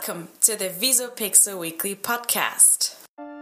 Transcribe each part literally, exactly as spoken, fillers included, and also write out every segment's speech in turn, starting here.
Welcome to the Visupixel Weekly Podcast.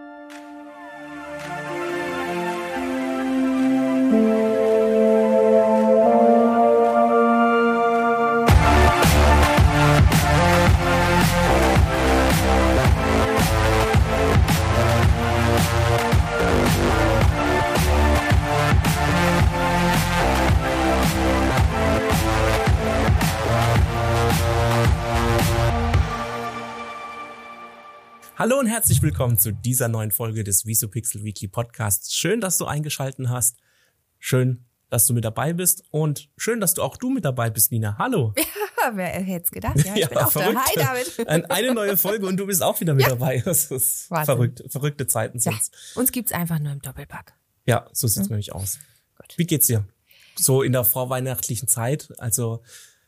Hallo und herzlich willkommen zu dieser neuen Folge des Visupixel Weekly Podcasts. Schön, dass du eingeschaltet hast. Schön, dass du mit dabei bist. Und schön, dass du auch du mit dabei bist, Nina. Hallo. Ja, wer hätte es gedacht? Ja, ich ja, bin auch verrückt. Da. Hi, David. Eine neue Folge und du bist auch wieder mit ja. dabei. Das ist Wahnsinn. verrückt. Verrückte Zeiten ja. sind's. Uns gibt's einfach nur im Doppelpack. Ja, so sieht's hm. nämlich aus. Gut. Wie geht's dir? So in der vorweihnachtlichen Zeit, also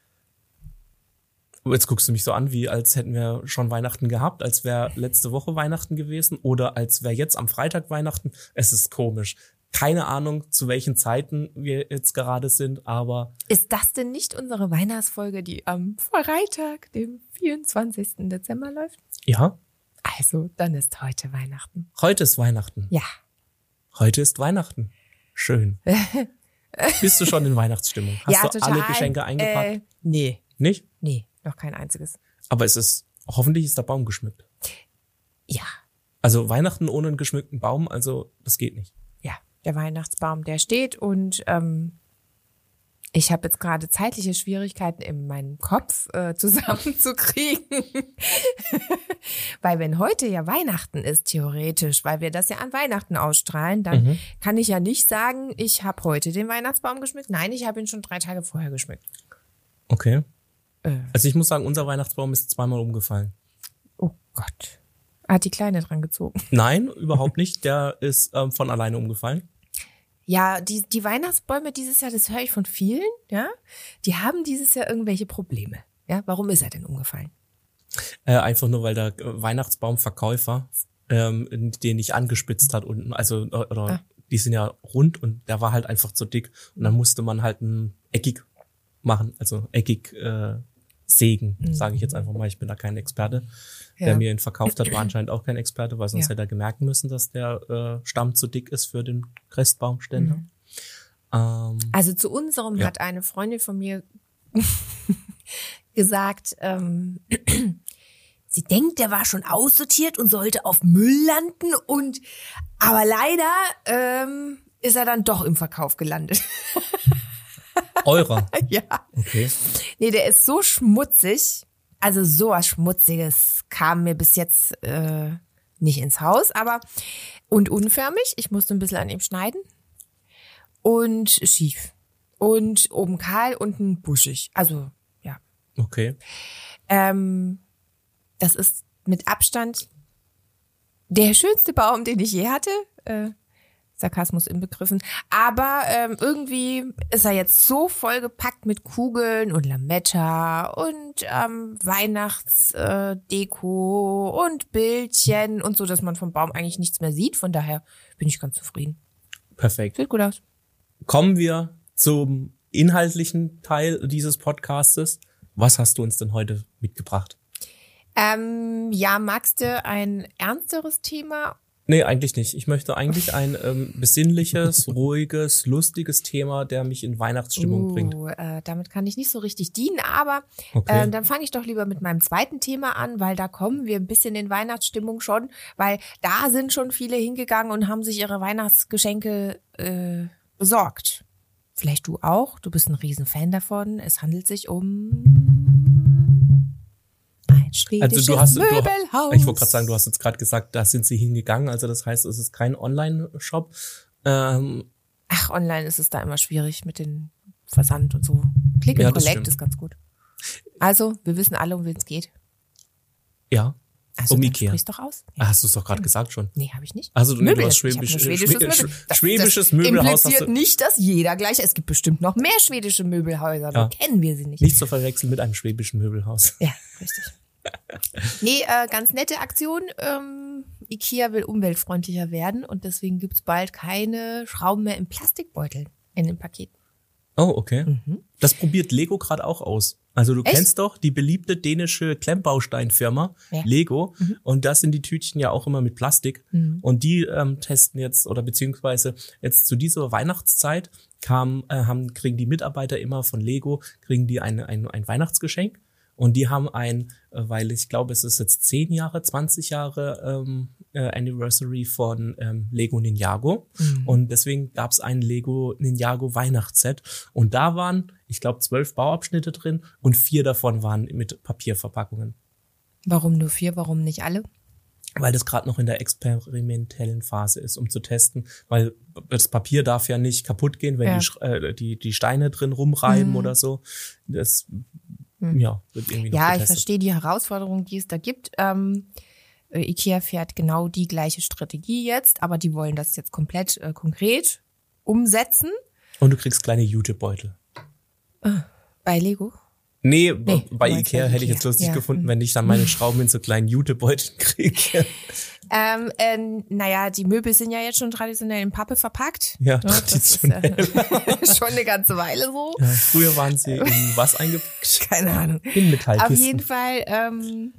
jetzt guckst du mich so an, wie als hätten wir schon Weihnachten gehabt, als wäre letzte Woche Weihnachten gewesen oder als wäre jetzt am Freitag Weihnachten. Es ist komisch. Keine Ahnung, zu welchen Zeiten wir jetzt gerade sind, aber... Ist das denn nicht unsere Weihnachtsfolge, die am Freitag, dem vierundzwanzigsten Dezember läuft? Ja. Also, dann ist heute Weihnachten. Heute ist Weihnachten? Ja. Heute ist Weihnachten. Schön. Bist du schon in Weihnachtsstimmung? Hast ja, du total. alle Geschenke eingepackt? Äh, nee. Nicht? Nee. Noch kein einziges. Aber es ist, hoffentlich ist der Baum geschmückt. Ja. Also Weihnachten ohne einen geschmückten Baum, also das geht nicht. Ja, der Weihnachtsbaum, der steht und ähm, ich habe jetzt gerade zeitliche Schwierigkeiten in meinem Kopf äh, zusammenzukriegen. Weil wenn heute ja Weihnachten ist, theoretisch, weil wir das ja an Weihnachten ausstrahlen, dann mhm. kann ich ja nicht sagen, ich habe heute den Weihnachtsbaum geschmückt. Nein, ich habe ihn schon drei Tage vorher geschmückt. Okay. Also ich muss sagen, unser Weihnachtsbaum ist zweimal umgefallen. Oh Gott. Hat die Kleine dran gezogen? Nein, überhaupt nicht. Der ist ähm, von alleine umgefallen. Ja, die die Weihnachtsbäume dieses Jahr, das höre ich von vielen, ja, die haben dieses Jahr irgendwelche Probleme. Ja, warum ist er denn umgefallen? Äh, einfach nur, weil der Weihnachtsbaumverkäufer ähm, den nicht angespitzt hat unten. Also oder ah. die sind ja rund und der war halt einfach zu dick. Und dann musste man halt ein eckig machen, also eckig äh, sägen, mhm. sage ich jetzt einfach mal. Ich bin da kein Experte. Ja. Der mir ihn verkauft hat, war anscheinend auch kein Experte, weil sonst ja. hätte er gemerkt müssen, dass der äh, Stamm zu dick ist für den Christbaumständer. Mhm. Ähm, also zu unserem ja. hat eine Freundin von mir gesagt, ähm, sie denkt, der war schon aussortiert und sollte auf Müll landen und aber leider ähm, ist er dann doch im Verkauf gelandet. Eurer? Ja. Okay. Nee, der ist so schmutzig. Also sowas Schmutziges kam mir bis jetzt äh, nicht ins Haus, aber und unförmig. Ich musste ein bisschen an ihm schneiden. Und schief. Und oben kahl, unten buschig. Also, ja. Okay. Ähm, das ist mit Abstand der schönste Baum, den ich je hatte. Äh, Sarkasmus inbegriffen. Aber ähm, irgendwie ist er jetzt so vollgepackt mit Kugeln und Lametta und ähm, Weihnachtsdeko äh, und Bildchen und so, dass man vom Baum eigentlich nichts mehr sieht. Von daher bin ich ganz zufrieden. Perfekt. Sieht gut aus. Kommen wir zum inhaltlichen Teil dieses Podcastes. Was hast du uns denn heute mitgebracht? Ähm, ja, magst du ein ernsteres Thema? Nee, eigentlich nicht. Ich möchte eigentlich ein ähm, besinnliches, ruhiges, lustiges Thema, der mich in Weihnachtsstimmung uh, bringt. Äh, damit kann ich nicht so richtig dienen, aber okay. äh, dann fange ich doch lieber mit meinem zweiten Thema an, weil da kommen wir ein bisschen in Weihnachtsstimmung schon, weil da sind schon viele hingegangen und haben sich ihre Weihnachtsgeschenke äh, besorgt. Vielleicht du auch, du bist ein Riesenfan davon. Es handelt sich um ein schwedisches also du hast, Möbelhaus. Du, ich wollte gerade sagen, du hast jetzt gerade gesagt, da sind sie hingegangen. Also das heißt, es ist kein Online-Shop. Ähm, Ach, online ist es da immer schwierig mit dem Versand und so. Click ja, and Collect ist ganz gut. Also, wir wissen alle, um wen es geht. Ja, also, um dann Ikea. Sprich's doch aus. Ja. Hast du es doch gerade gesagt schon. Nee, habe ich nicht. Also du, Möbel, du hast schwäbisch, schwäbisch, schwedisches schwäbisch, Möbel. Das, schwäbisches das Möbelhaus. impliziert nicht, dass jeder gleich, es gibt bestimmt noch mehr schwedische Möbelhäuser, ja. nur kennen wir sie nicht. Nicht zu verwechseln mit einem schwäbischen Möbelhaus. Ja, richtig. Nee, äh, ganz nette Aktion. Ähm, Ikea will umweltfreundlicher werden und deswegen gibt's bald keine Schrauben mehr in Plastikbeuteln in den Paketen. Oh, okay. Mhm. Das probiert Lego gerade auch aus. Also du Echt? kennst doch die beliebte dänische Klemmbausteinfirma Ja. Lego Mhm. und da sind die Tütchen ja auch immer mit Plastik Mhm. und die ähm, testen jetzt oder beziehungsweise jetzt zu dieser Weihnachtszeit kam, äh, haben, kriegen die Mitarbeiter immer von Lego, kriegen die ein, ein, ein Weihnachtsgeschenk und die haben ein, äh, weil ich glaube es ist jetzt zehn Jahre, zwanzig Jahre ähm, äh, Anniversary von ähm, Lego Ninjago Mhm. und deswegen gab es ein Lego Ninjago Weihnachtsset und da waren, ich glaube, zwölf Bauabschnitte drin und vier davon waren mit Papierverpackungen, Warum nur vier, warum nicht alle? weil das gerade noch in der experimentellen Phase ist, um zu testen, weil das Papier darf ja nicht kaputt gehen, wenn Ja. die, Sch- äh, die die Steine drin rumreiben Mhm. oder so. Das Mhm. ja wird irgendwie noch Ja, ich getestet. verstehe die Herausforderung, die es da gibt. Ähm, äh, IKEA fährt genau die gleiche Strategie jetzt, aber die wollen das jetzt komplett äh, konkret umsetzen. Und du kriegst kleine Jutebeutel. Bei Lego. Nee, Nee, bei du meinst Ikea bei hätte ich Ikea. jetzt lustig Ja. gefunden, wenn ich dann meine Schrauben in so kleinen Jutebeuteln kriege. Ähm, äh, naja, die Möbel sind ja jetzt schon traditionell in Pappe verpackt. Ja, Das ist ja traditionell. schon eine ganze Weile so. Ja, früher waren sie in was eingepackt? Keine Ahnung. In Auf Metallkisten. jeden Fall ähm,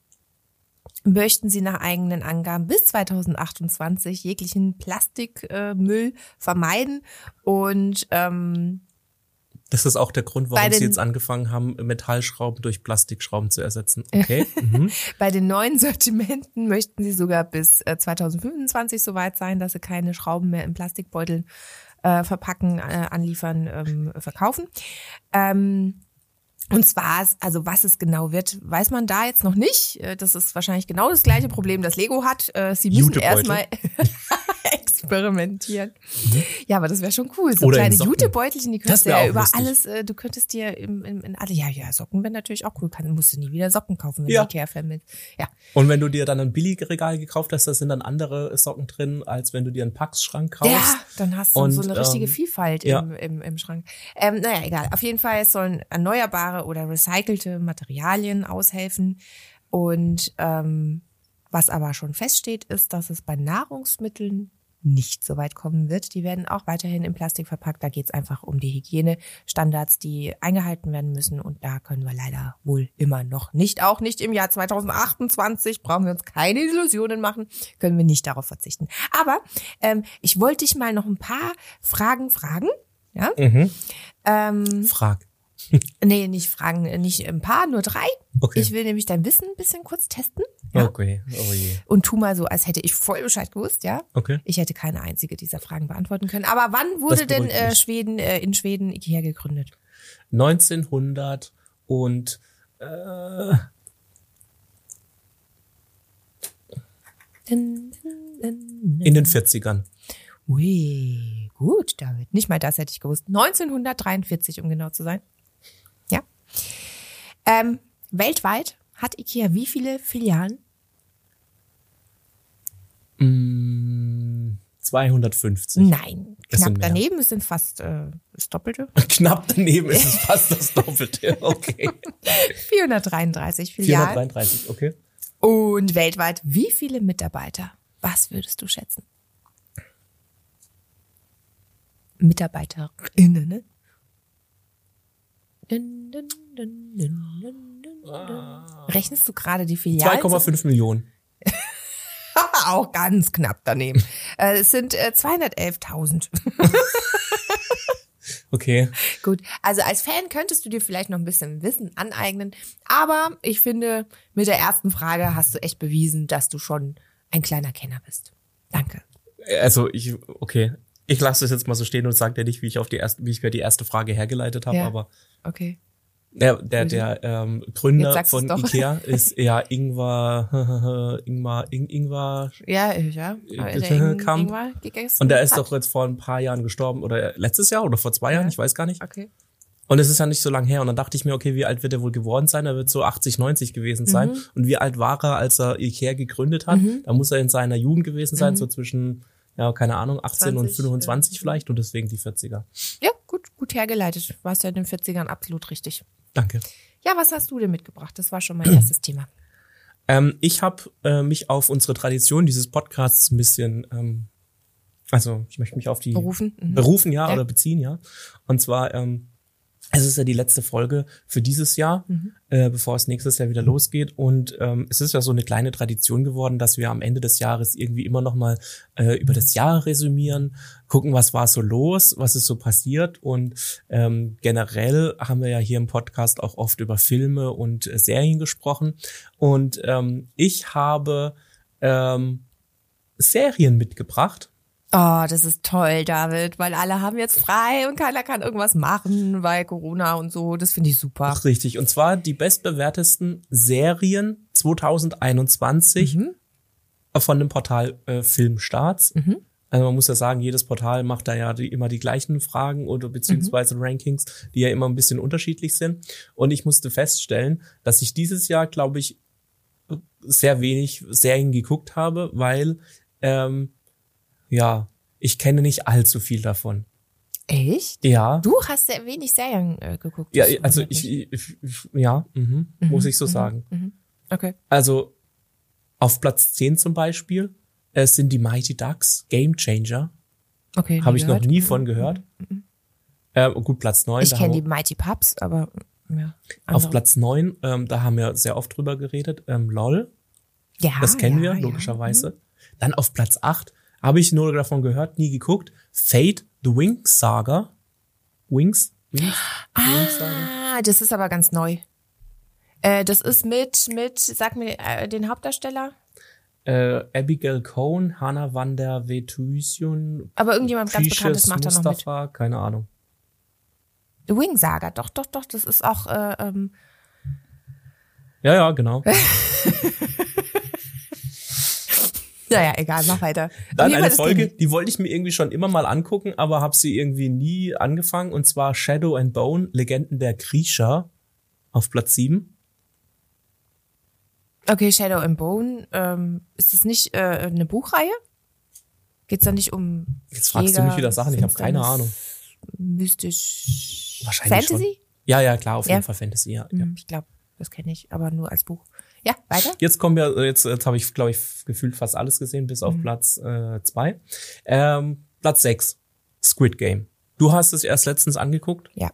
möchten sie nach eigenen Angaben bis zweitausendachtundzwanzig jeglichen Plastikmüll vermeiden und ähm, Das ist auch der Grund, Bei warum sie den- jetzt angefangen haben, Metallschrauben durch Plastikschrauben zu ersetzen. Okay. Mhm. bei den neuen Sortimenten möchten sie sogar bis äh, zweitausendfünfundzwanzig soweit sein, dass sie keine Schrauben mehr in Plastikbeuteln äh, verpacken, äh, anliefern, ähm, verkaufen. Ähm, Und zwar, also was es genau wird, weiß man da jetzt noch nicht. Äh, Das ist wahrscheinlich genau das gleiche Problem, das Lego hat. Äh, Sie müssen Jutebeutel. erstmal experimentieren. Ja, aber das wäre schon cool. So Oder in kleine Socken. Jutebeutelchen, die Das könntest du wär ja auch über lustig. alles, äh, du könntest dir im, im, in alle, ja, ja, Socken wäre natürlich auch cool. Kann, musst du nie wieder Socken kaufen, wenn Ja. du Ikea-Fan bist. Ja, Und wenn du dir dann ein Billigregal gekauft hast, da sind dann andere Socken drin, als wenn du dir einen Pax-Schrank kaufst. ja, dann hast du Und, so eine richtige ähm, Vielfalt ja. im, im, im Schrank. Ähm, naja, egal. Auf jeden Fall sollen erneuerbare oder recycelte Materialien aushelfen. Und ähm, was aber schon feststeht, ist, dass es bei Nahrungsmitteln nicht so weit kommen wird. Die werden auch weiterhin in Plastik verpackt. Da geht es einfach um die Hygienestandards, die eingehalten werden müssen. Und da können wir leider wohl immer noch nicht, auch nicht im Jahr zweitausendachtundzwanzig, brauchen wir uns keine Illusionen machen, können wir nicht darauf verzichten. Aber ähm, ich wollte dich mal noch ein paar Fragen fragen. Ja? Mhm. Ähm, Frag. nee, nicht Fragen, nicht ein paar, nur drei. Okay. Ich will nämlich dein Wissen ein bisschen kurz testen. Ja? Okay. Oh je. Und tu mal so, als hätte ich voll Bescheid gewusst, ja? Okay. Ich hätte keine einzige dieser Fragen beantworten können. Aber wann wurde Das denn beruhigt äh, mich. Schweden, äh, in Schweden Ikea gegründet? neunzehnhundert und äh, Dun, dun, dun, in den vierzigern. Ui, gut, David. Nicht mal das hätte ich gewusst. neunzehnhundertdreiundvierzig, um genau zu sein. Ja. Ähm, weltweit hat Ikea wie viele Filialen? Mm, zweihundertfünfzig. Nein, Das knapp sind mehr. daneben. Es sind fast äh, das Doppelte. Knapp daneben ist es fast das Doppelte. Okay. vierhundertdreiunddreißig Filialen. vierhundertdreiunddreißig, okay. Und weltweit wie viele Mitarbeiter? Was würdest du schätzen? Mitarbeiterinnen, ne? Dun, dun, dun, dun, dun, dun, dun. Rechnest du gerade die Filialen? zwei Komma fünf Millionen. Auch ganz knapp daneben. Äh, Es sind äh, zweihundertelftausend. Okay. Gut, also als Fan könntest du dir vielleicht noch ein bisschen Wissen aneignen. Aber ich finde, mit der ersten Frage hast du echt bewiesen, dass du schon ein kleiner Kenner bist. Danke. Also ich, okay. Ich lasse es jetzt mal so stehen und sage dir nicht, wie ich auf die erste, wie ich mir die erste Frage hergeleitet habe, Ja. aber Okay. der, der, der ähm, Jetzt Gründer sagst von du's doch. Ikea ist eher Ingvar, Ingmar, Ing, Ingvar, Ja, ja. Äh, Der Ing- Kamp. Ingwer gegessen und der ist hat. doch jetzt vor ein paar Jahren gestorben oder letztes Jahr oder vor zwei Jahren, Ja. ich weiß gar nicht. Okay. Und es ist ja nicht so lang her. Und dann dachte ich mir, okay, wie alt wird er wohl geworden sein? Er wird so achtzig, neunzig gewesen sein. Mhm. Und wie alt war er, als er Ikea gegründet hat? Da muss er in seiner Jugend gewesen sein, Mhm. so zwischen, ja, keine Ahnung, achtzehn und zwanzig, fünfundzwanzig ja. vielleicht und deswegen die vierziger. Ja, gut, gut hergeleitet. Du warst ja in den vierzigern absolut richtig. Danke. Ja, was hast du denn mitgebracht? Das war schon mein erstes Thema. Ähm, ich habe äh, mich auf unsere Tradition dieses Podcasts ein bisschen, ähm, also ich möchte mich auf die Berufen? Mhm. berufen, ja, Ja. oder beziehen, ja. Und zwar ähm, Es ist ja die letzte Folge für dieses Jahr, mhm. äh, bevor es nächstes Jahr wieder losgeht. Und ähm, es ist ja so eine kleine Tradition geworden, dass wir am Ende des Jahres irgendwie immer noch mal äh, über das Jahr resümieren, gucken, was war so los, was ist so passiert. Und ähm, generell haben wir ja hier im Podcast auch oft über Filme und äh, Serien gesprochen. Und ähm, ich habe ähm, Serien mitgebracht. Oh, das ist toll, David, weil alle haben jetzt frei und keiner kann irgendwas machen, weil Corona und so. Das finde ich super. Ach, richtig. Und zwar die bestbewertesten Serien zwanzig einundzwanzig mhm. von dem Portal äh, Filmstarts. Mhm. Also man muss ja sagen, jedes Portal macht da ja die, immer die gleichen Fragen oder beziehungsweise mhm. Rankings, die ja immer ein bisschen unterschiedlich sind. Und ich musste feststellen, dass ich dieses Jahr, glaube ich, sehr wenig Serien geguckt habe, weil ähm, ja, ich kenne nicht allzu viel davon. Echt? Ja. Du hast sehr wenig Serien äh, geguckt. Ja, also ich, ich, ich ja, mhm, mhm, muss ich so mhm, sagen. Mhm. Okay. Also auf Platz zehn zum Beispiel äh, sind die Mighty Ducks, Game Changer. Okay. Habe ich gehört. noch nie von gehört. Mhm. Äh, gut, Platz neun. Ich kenne die Mighty Pups, aber ja. Auf Platz neun, ähm, da haben wir sehr oft drüber geredet, ähm, LOL. Ja. Das kennen ja, wir, logischerweise. Ja. Mhm. Dann auf Platz acht, habe ich nur davon gehört, nie geguckt, Fate, The Wings Saga. Wings? Wings? Ah, Wings Saga? das ist aber ganz neu. Äh, das ist mit, mit, sag mir äh, den Hauptdarsteller. Äh, Abigail Cohn, Hannah van der Vetusian. Aber irgendjemand ganz Bekanntes macht da noch Mustafa, mit. Keine Ahnung. The Wing Saga, doch, doch, doch, das ist auch, äh, ähm. Ja, ja, genau. Naja, egal, mach weiter. Dann eine Folge, die wollte ich mir irgendwie schon immer mal angucken, aber habe sie irgendwie nie angefangen. Und zwar Shadow and Bone, Legenden der Grisha auf Platz sieben. Okay, Shadow and Bone, ähm, ist das nicht äh, eine Buchreihe? Geht's da nicht um Jetzt fragst Jäger, du mich wieder Sachen, ich habe keine Ahnung. Mystisch. Wahrscheinlich Fantasy? Schon. Ja, ja, klar, auf ja. jeden Fall Fantasy, ja. Hm, ja. Ich glaube, das kenne ich, aber nur als Buch. Ja, weiter. Jetzt kommen wir, jetzt, jetzt habe ich, glaube ich, gefühlt fast alles gesehen, bis auf mhm. Platz äh, zwei. Ähm, Platz sechs, Squid Game. Du hast es erst letztens angeguckt? Ja.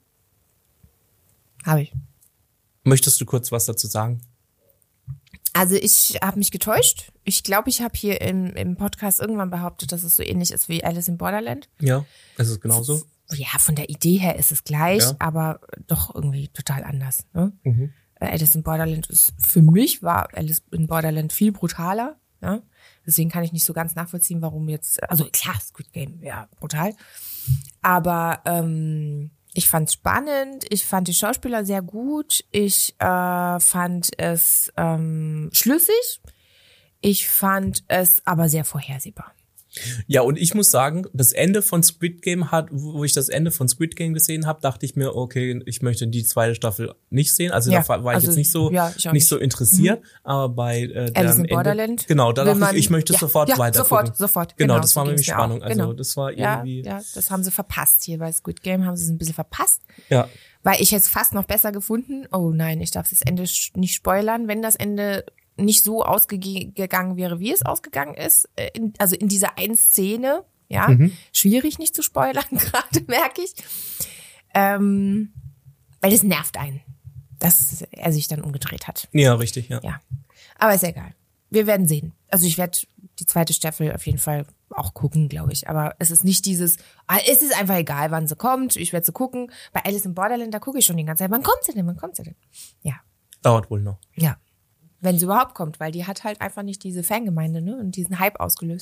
Habe ich. Möchtest du kurz was dazu sagen? Also ich habe mich getäuscht. Ich glaube, ich habe hier im, im Podcast irgendwann behauptet, dass es so ähnlich ist wie Alice in Borderland. Ja, es ist genauso. Ja, von der Idee her ist es gleich, ja. aber doch irgendwie total anders. Ne? Mhm. Alice in Borderland ist, für mich war Alice in Borderland viel brutaler. Ja? Deswegen kann ich nicht so ganz nachvollziehen, warum jetzt, also klar, Squid Game, ja, brutal. Aber ähm, ich fand's spannend, ich fand die Schauspieler sehr gut, ich äh, fand es ähm, schlüssig, ich fand es aber sehr vorhersehbar. Ja, und ich muss sagen, das Ende von Squid Game hat, wo ich das Ende von Squid Game gesehen habe, dachte ich mir, okay, ich möchte die zweite Staffel nicht sehen. Also ja, da war also, ich jetzt nicht so ja, nicht, nicht so interessiert, mhm. aber bei äh, Alice in Ende, Borderland. Genau, da dachte man, ich, ich möchte ja, sofort ja, weiter sofort, gucken. sofort. Genau, genau das so war nämlich Spannung. Auch, also genau. das war ja, irgendwie. Ja, das haben sie verpasst hier bei Squid Game, haben sie es ein bisschen verpasst. Ja. Weil ich hätte es fast noch besser gefunden. Oh nein, ich darf das Ende nicht spoilern. Wenn das Ende nicht so ausgegangen wäre, wie es ausgegangen ist, in, also in dieser einen Szene, ja, mhm. schwierig nicht zu spoilern, gerade merke ich, ähm, weil es nervt einen, dass er sich dann umgedreht hat. Ja, richtig, ja. Ja, aber ist egal. Wir werden sehen. Also ich werde die zweite Staffel auf jeden Fall auch gucken, glaube ich. Aber es ist nicht dieses, ah, es ist einfach egal, wann sie kommt. Ich werde sie gucken. Bei Alice in Borderland, da gucke ich schon die ganze Zeit. Wann kommt sie denn? Wann kommt sie denn? Ja. Dauert wohl noch. Ja. Wenn sie überhaupt kommt, weil die hat halt einfach nicht diese Fangemeinde, ne? Und diesen Hype ausgelöst.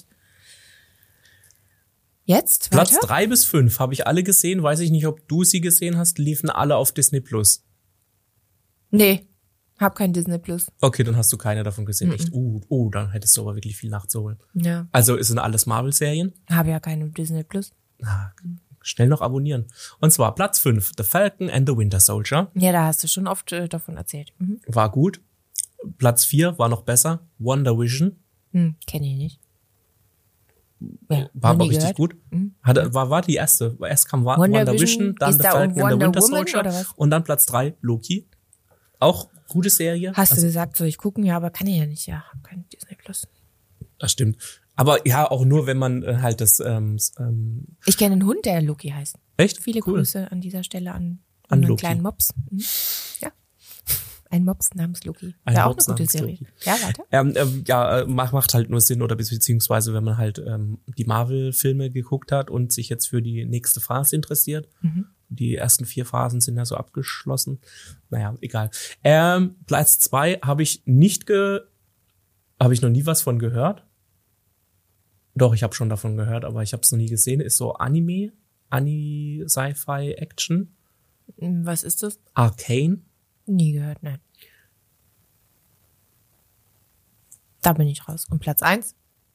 Jetzt? Platz weiter? drei bis fünf habe ich alle gesehen. Weiß ich nicht, ob du sie gesehen hast. Liefen alle auf Disney Plus. Nee. Hab kein Disney Plus. Okay, dann hast du keine davon gesehen. Mm-mm. Echt? Uh, uh, dann hättest du aber wirklich viel nachzuholen. Ja. Also es sind alles Marvel-Serien. Habe ja keine Disney Plus. Ah, schnell noch abonnieren. Und zwar Platz fünf, The Falcon and the Winter Soldier. Ja, da hast du schon oft äh, davon erzählt. Mhm. War gut. Platz vier war noch besser, Wonder Vision. Hm, kenne ich nicht. Ja, war aber richtig gehört. gut. Mhm. Hatte, war, war die erste. Erst kam Wonder, Wonder Vision, Vision, dann ist The da Falcon um and the Wonder Winter Woman, Soldier oder was? und dann Platz drei, Loki. Auch gute Serie. Hast also, du gesagt, soll ich gucken? Ja, aber kann ich ja nicht. Ja, hab kein Disney Plus. Das stimmt. Aber ja, auch nur, wenn man äh, halt das... Ähm, ähm ich kenne einen Hund, der Loki heißt. Echt? Viele cool. Grüße an dieser Stelle an An einen Loki. kleinen Mops. Mhm. Ja. Ein Mops namens Loki. Ein War auch Mops eine gute namens Serie. Loki. Ja, weiter. Ähm, ähm, ja, äh, macht, macht halt nur Sinn, oder beziehungsweise wenn man halt ähm, die Marvel-Filme geguckt hat und sich jetzt für die nächste Phase interessiert. Mhm. Die ersten vier Phasen sind ja so abgeschlossen. Naja, egal. Ähm, Platz zwei habe ich nicht ge... habe ich noch nie was von gehört. Doch, ich habe schon davon gehört, aber ich habe es noch nie gesehen. Ist so Anime, Anime, Sci-Fi, Action. Was ist das? Arcane. Nie gehört, nein. Da bin ich raus. Und Platz eins?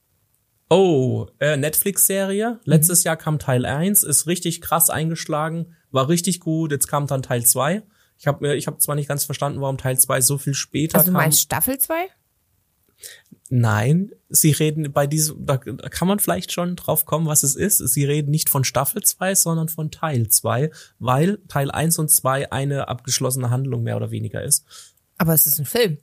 Oh, äh, Netflix-Serie. Letztes mhm. Jahr kam Teil eins, ist richtig krass eingeschlagen, war richtig gut. Jetzt kam dann Teil zwei. Ich habe mir, ich habe zwar nicht ganz verstanden, warum Teil zwei so viel später also, kam. Also du meinst Staffel zwei? Nein, sie reden bei diesem, da kann man vielleicht schon drauf kommen, was es ist. Sie reden nicht von Staffel zwei, sondern von Teil zwei, weil Teil eins und zwei eine abgeschlossene Handlung mehr oder weniger ist. Aber es ist ein Film.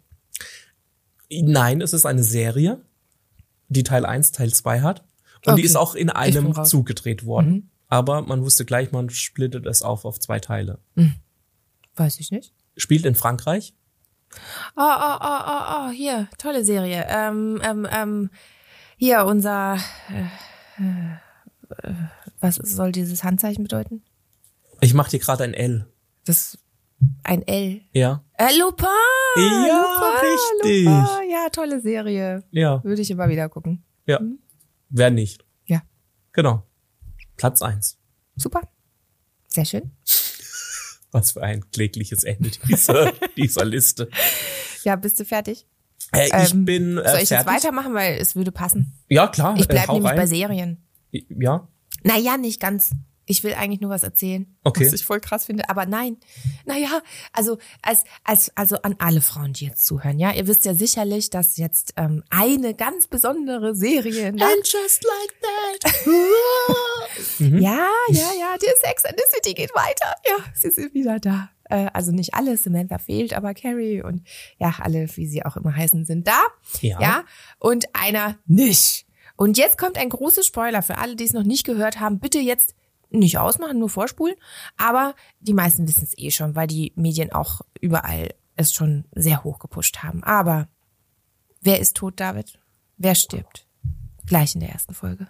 Nein, es ist eine Serie, die Teil eins, Teil zwei hat. Und Okay. die ist auch in einem raus. Zug gedreht worden. Mhm. Aber man wusste gleich, man splittet es auf auf zwei Teile. Hm. Weiß ich nicht. Spielt in Frankreich. Oh, oh, oh, oh, oh, hier, tolle Serie. Ähm, ähm, ähm, hier, unser, äh, äh, was soll dieses Handzeichen bedeuten? Ich mache dir gerade ein L. Das, ein L. Ja. Äh, Lupin! Ja, Lupin, richtig. Lupin. Ja, tolle Serie. Ja. Würde ich immer wieder gucken. Ja. Wer nicht? Ja. Genau. Platz eins. Super. Sehr schön. Was für ein klägliches Ende dieser, dieser Liste. Ja, bist du fertig? Äh, ich Ähm, bin äh, Soll ich fertig. jetzt weitermachen, weil es würde passen? Ja, klar. Ich bleib äh, hau nämlich rein. bei Serien. Ja. Naja, nicht ganz. Ich will eigentlich nur was erzählen, Okay. was ich voll krass finde. Aber nein, naja, also als als also an alle Frauen, die jetzt zuhören, ja, ihr wisst ja sicherlich, dass jetzt ähm, eine ganz besondere Serie nach And just like that. mhm. ja, ja, ja, die Sex and the City geht weiter. Ja, sie sind wieder da. Äh, also nicht alle, Samantha fehlt, aber Carrie und ja, alle, wie sie auch immer heißen, sind da. Ja. Ja, und einer nicht. Und jetzt kommt ein großer Spoiler für alle, die es noch nicht gehört haben. Bitte jetzt nicht ausmachen, nur vorspulen. Aber die meisten wissen es eh schon, weil die Medien auch überall es schon sehr hoch gepusht haben. Aber wer ist tot, David? Wer stirbt? Gleich in der ersten Folge.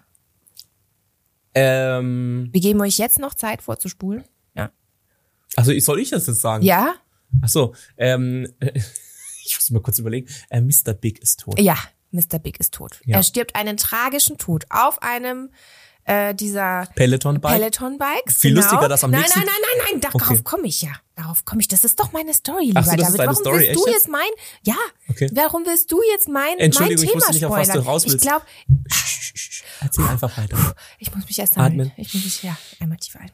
Ähm, Wir geben euch jetzt noch Zeit vorzuspulen. Ja. also soll ich das jetzt sagen? Ja? Ach so. Ähm, ich muss mal kurz überlegen. Äh, Mister Big ist tot. Ja, Mister Big ist tot. Ja. Er stirbt einen tragischen Tod auf einem äh, dieser Peloton-Bike. Peloton-Bikes. Viel genau. lustiger, dass am nein, nächsten- Nein, nein, nein, nein, darauf Okay. komme ich ja. Darauf komme ich. Das ist doch meine Story, lieber Ach so, das ist David. deine Warum Story, willst du echt jetzt mein, ja, Okay. warum willst du jetzt mein, mein Entschuldigung, ich Thema wusste nicht, auf was du spoilern? raus Ich willst. glaube, Erzähl einfach weiter. ich muss mich erst sammeln. Atmen. Ich muss mich, ja, einmal tief atmen.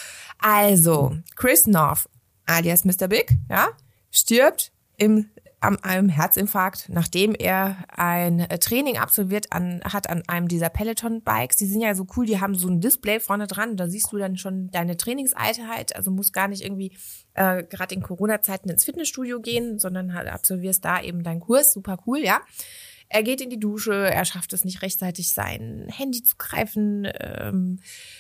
Also, Chris North, alias Mister Big, ja, stirbt im am einem Herzinfarkt, nachdem er ein äh, Training absolviert an, hat an einem dieser Peloton-Bikes. Die sind ja so cool, die haben so ein Display vorne dran, da siehst du dann schon deine Trainingseinheit, also musst gar nicht irgendwie äh, gerade in Corona-Zeiten ins Fitnessstudio gehen, sondern halt absolvierst da eben deinen Kurs, super cool, ja. Er geht in die Dusche, er schafft es nicht rechtzeitig, sein Handy zu greifen, ähm,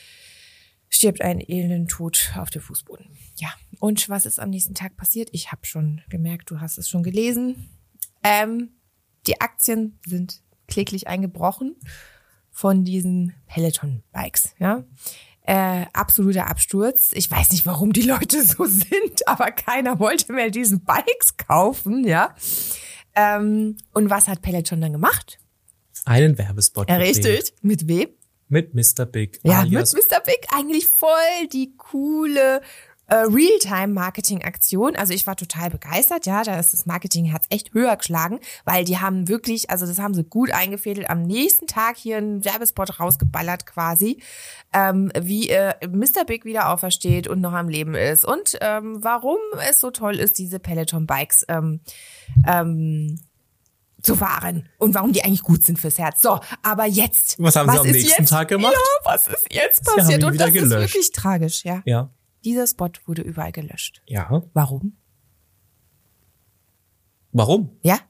stirbt einen elenden Tod auf dem Fußboden. Ja, und was ist am nächsten Tag passiert? Ich habe schon gemerkt, du hast es schon gelesen. Ähm, die Aktien sind kläglich eingebrochen von diesen Peloton-Bikes. Ja, äh, absoluter Absturz. Ich weiß nicht, warum die Leute so sind, aber keiner wollte mehr diese Bikes kaufen. Ja, ähm, und was hat Peloton dann gemacht? Einen Werbespot. Ja, gedreht. richtig. Mit wem? Mit Mister Big. Ja, alias mit Mister Big eigentlich voll die coole äh, Realtime-Marketing-Aktion. Also ich war total begeistert, ja, da ist das Marketing-Herz echt höher geschlagen, weil die haben wirklich, also das haben sie gut eingefädelt, am nächsten Tag hier einen Werbespot rausgeballert quasi, ähm, wie äh, Mister Big wieder aufersteht und noch am Leben ist und ähm, warum es so toll ist, diese Peloton-Bikes ähm, ähm, zu fahren und warum die eigentlich gut sind fürs Herz. So, aber jetzt. Was haben sie am ist nächsten jetzt, Tag gemacht? Ja, was ist jetzt Sie haben passiert? ihn Und wieder das gelöscht. ist wirklich tragisch, ja. Ja. Dieser Spot wurde überall gelöscht. Ja. Warum? Warum? Ja?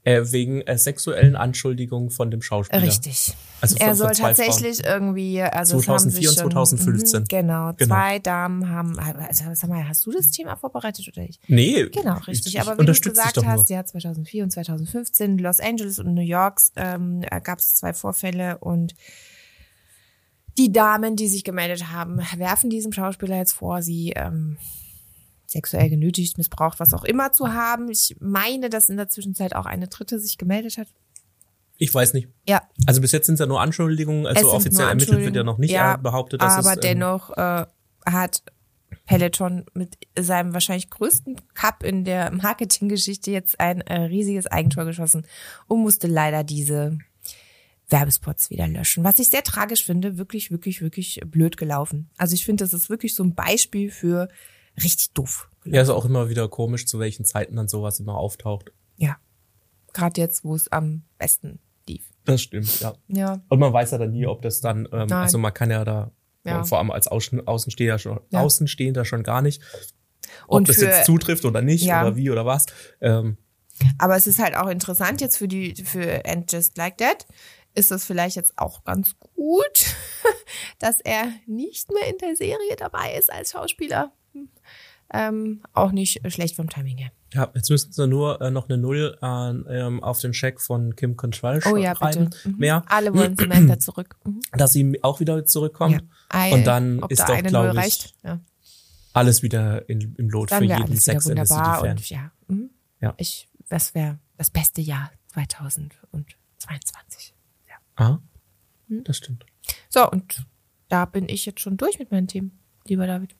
Äh, wegen äh, sexuellen Anschuldigungen von dem Schauspieler. Richtig. Also von, er soll von zwei tatsächlich Frauen. irgendwie, also es haben zweitausendvier sich und zweitausendfünfzehn. Mhm, genau, Genau. zwei Damen haben, also sag mal, hast du das Thema vorbereitet oder ich? Nee. Genau, richtig. Ich, ich Aber wie du es unterstütze gesagt dich doch hast, nur. ja, zweitausendvier und zweitausendfünfzehn, Los Angeles und New York ähm, gab es zwei Vorfälle und die Damen, die sich gemeldet haben, werfen diesem Schauspieler jetzt vor, sie ähm, sexuell genötigt, missbraucht, was auch immer zu haben. Ich meine, dass in der Zwischenzeit auch eine Dritte sich gemeldet hat. Ich weiß nicht. Ja. Also bis jetzt sind es ja nur Anschuldigungen, Es also sind offiziell nur ermittelt wird ja noch nicht ja, äh, behauptet, dass aber es... ähm, dennoch äh, hat Peloton mit seinem wahrscheinlich größten Cup in der Marketinggeschichte jetzt ein äh, riesiges Eigentor geschossen und musste leider diese Werbespots wieder löschen. Was ich sehr tragisch finde, wirklich, wirklich, wirklich blöd gelaufen. Also ich finde, das ist wirklich so ein Beispiel für richtig doof gelaufen. Ja, ist auch immer wieder komisch, zu welchen Zeiten dann sowas immer auftaucht. Ja, gerade jetzt, wo es am besten lief. Das stimmt, ja. Ja, Und man weiß ja dann nie, ob das dann, ähm, Nein. also man kann ja da, Ja. vor allem als Außen, Außenstehender schon, Ja. Außenstehender schon gar nicht, ob Und das für- jetzt zutrifft oder nicht Ja. oder wie oder was. Ähm, aber es ist halt auch interessant jetzt für die, für And Just Like That, ist das vielleicht jetzt auch ganz gut, dass er nicht mehr in der Serie dabei ist als Schauspieler. Hm. Ähm, auch nicht schlecht vom Timing her. ja, jetzt müssen sie nur äh, noch eine Null an, ähm, auf den Scheck von Kim Control Oh ja, schreiben. bitte. Mhm. Mehr, Alle wollen Samantha zurück. Mhm. dass sie auch wieder zurückkommt. Ei, Und dann ob ist da doch, eine glaub Null ich, reicht. Ja. Alles wieder in, im Lot Dann für wäre jeden alles wieder Sex in the wunderbar City-Fan. und ja, mhm. Ja. Ich, das wäre das beste Jahr zweitausendzweiundzwanzig. Ja. Ah, Hm? das stimmt. So, und da bin ich jetzt schon durch mit meinen Themen, lieber David.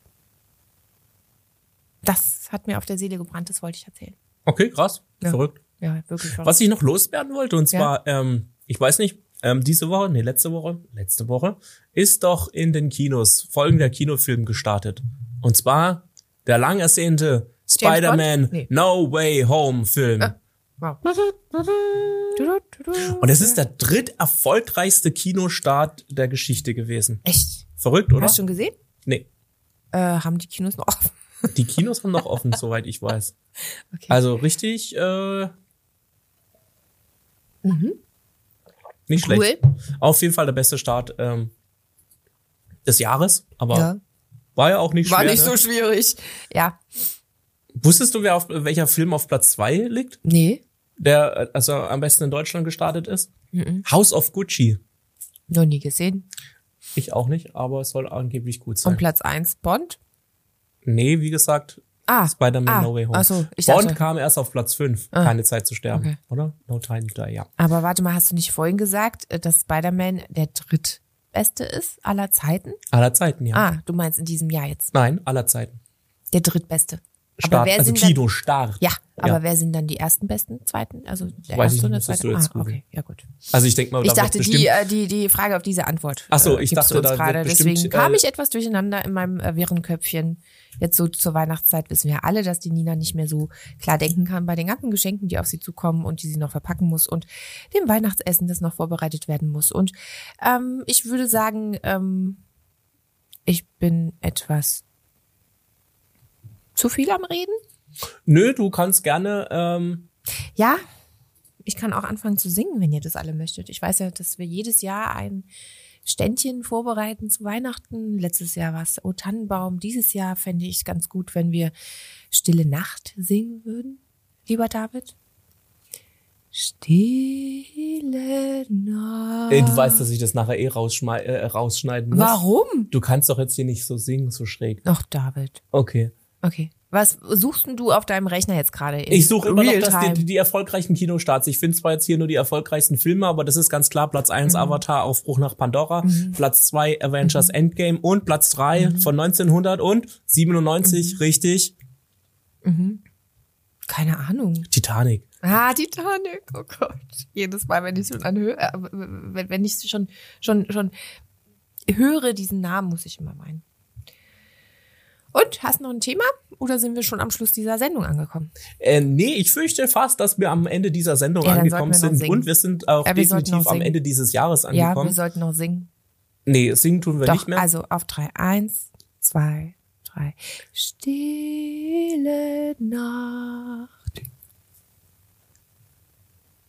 Das hat mir auf der Seele gebrannt, das wollte ich erzählen. Okay, krass, Ja. verrückt. Ja, wirklich verrückt. Was ich noch loswerden wollte, und Ja. zwar, ähm, ich weiß nicht, ähm, diese Woche, nee, letzte Woche, letzte Woche, ist doch in den Kinos folgender Kinofilm gestartet. Und zwar der lang ersehnte Spider-Man Nee. No Way Home Film. Ah. Wow. Und es ist der dritterfolgreichste Kinostart der Geschichte gewesen. Echt? Verrückt, oder? Hast du schon gesehen? Nee, Äh, haben die Kinos noch offen? die Kinos haben noch offen, soweit ich weiß. Okay. Also richtig, äh, Mhm. nicht Cool. schlecht. Auf jeden Fall der beste Start ähm, des Jahres, aber Ja. war ja auch nicht War schwer. nicht ne? so schwierig. Ja. Wusstest du, wer auf welcher Film auf Platz zwei liegt? Nee. Der äh, also am besten in Deutschland gestartet ist? Mhm. House of Gucci. Noch nie gesehen. Ich auch nicht, aber es soll angeblich gut sein. Und Platz eins Bond? Nee, wie gesagt, Ah. Spider-Man ah. No Way Home. Ach so, ich Bond dachte. kam erst auf Platz fünf. Ah. Keine Zeit zu sterben, Okay. oder? No Time to Die, ja. Aber warte mal, hast du nicht vorhin gesagt, dass Spider-Man der drittbeste ist aller Zeiten? Aller Zeiten, ja. Ah, du meinst in diesem Jahr jetzt. Nein, aller Zeiten. Der drittbeste. Start, also sind dann, Kinostart. ja, aber Ja. wer sind dann die ersten besten, zweiten? Also der Weiß ich erste nicht, und der müsstest zweite? du jetzt Ah, googeln. okay, ja gut. Also ich denke mal, Ich da wird dachte, bestimmt, die, äh, die, die Frage auf diese Antwort. Ach so, äh, ich gibst dachte, du uns da wird gerade. bestimmt, Deswegen kam äh, ich etwas durcheinander in meinem äh, Wirrenköpfchen. Jetzt so zur Weihnachtszeit wissen wir alle, dass die Nina nicht mehr so klar denken kann bei den ganzen Geschenken, die auf sie zukommen und die sie noch verpacken muss und dem Weihnachtsessen, das noch vorbereitet werden muss. Und ähm, ich würde sagen, ähm, ich bin etwas zu viel am Reden. nö, du kannst gerne, ähm, Ja, ich kann auch anfangen zu singen, wenn ihr das alle möchtet. Ich weiß ja, dass wir jedes Jahr ein Ständchen vorbereiten zu Weihnachten. Letztes Jahr war es O Tannenbaum. Dieses Jahr fände ich es ganz gut, wenn wir Stille Nacht singen würden, lieber David. Stille Nacht. ey, du weißt, dass ich das nachher eh rausschmei- äh, rausschneiden muss. Warum? Du kannst doch jetzt hier nicht so singen, so schräg. Ach, David. Okay. Okay. Was suchst denn du auf deinem Rechner jetzt gerade? in Ich suche immer noch das, Realtime? die, die erfolgreichen Kinostarts. Ich finde zwar jetzt hier nur die erfolgreichsten Filme, aber das ist ganz klar. Platz eins Avatar, Aufbruch nach Pandora. Platz zwei Avengers Endgame. Und Platz drei von neunzehnhundertsiebenundneunzig, richtig, Keine Ahnung. Titanic. Ah, Titanic, oh Gott. Jedes Mal, wenn ich schon anhöre, äh, wenn, wenn ich schon, schon, schon höre diesen Namen, muss ich immer weinen. Und, hast du noch ein Thema? Oder sind wir schon am Schluss dieser Sendung angekommen? Äh, nee, ich fürchte fast, dass wir am Ende dieser Sendung Ja, dann angekommen sollten wir noch sind. singen. Und wir sind auch Ja, wir sollten definitiv noch am singen. Ende dieses Jahres Ja, angekommen. wir sollten noch singen. nee, singen tun wir Doch, nicht mehr. also auf drei. Eins, zwei, drei. Stille Nacht.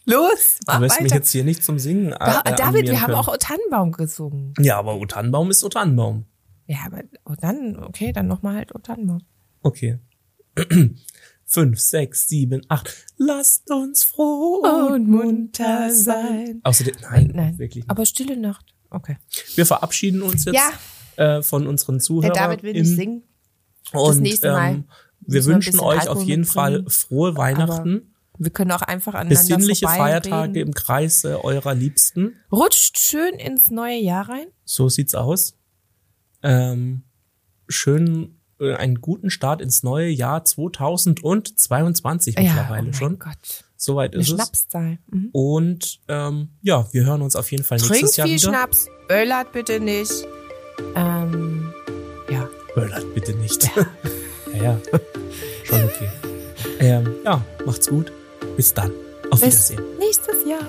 Los, mach Du wirst weiter. mich jetzt hier nicht zum Singen Da, äh, David, wir animieren haben können. auch O Tannenbaum gesungen. Ja, aber O Tannenbaum ist O Tannenbaum. Ja, aber oh, dann, okay, dann nochmal halt O Tannenbaum. Okay. Fünf, sechs, sieben, acht. Lasst uns froh und munter sein. Außerdem, nein, Nein, wirklich nicht. aber Stille Nacht. Okay. Wir verabschieden uns jetzt Ja. äh, von unseren Der Zuhörern. David will nicht singen. Und nächste Mal ähm, wir müssen wir ein wünschen bisschen euch Alkohol auf jeden Fall mitbringen. frohe Weihnachten, Wir können auch einfach aneinander besinnliche vorbeireden. Feiertage im Kreise eurer Liebsten. Rutscht schön ins neue Jahr rein. So sieht's aus. Ähm, schön äh, einen guten Start ins neue Jahr zweitausendzweiundzwanzig mittlerweile ja, oh schon. mein Gott. Soweit Eine ist es. Schnapszahl. Mhm. Und ähm, ja, wir hören uns auf jeden Fall Trinkt nächstes Jahr viel wieder. Schnaps, böllert bitte nicht. Ähm, ja. Böllert bitte nicht. Ja, ja, ja. Schon okay. Ähm, ja, macht's gut. Bis dann. Auf Bis Wiedersehen. nächstes Jahr.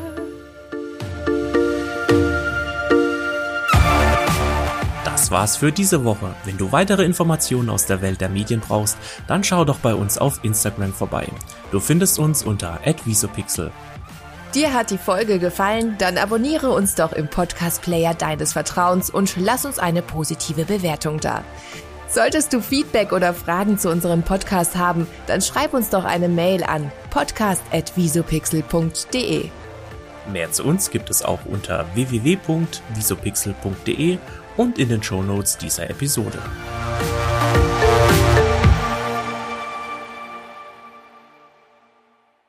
Das war's für diese Woche. Wenn du weitere Informationen aus der Welt der Medien brauchst, dann schau doch bei uns auf Instagram vorbei. Du findest uns unter at visopixel. Dir hat die Folge gefallen? Dann abonniere uns doch im Podcast-Player deines Vertrauens und lass uns eine positive Bewertung da. Solltest du Feedback oder Fragen zu unserem Podcast haben, dann schreib uns doch eine Mail an podcast at visopixel punkt de. Mehr zu uns gibt es auch unter w w w punkt visopixel punkt de und in den Shownotes dieser Episode.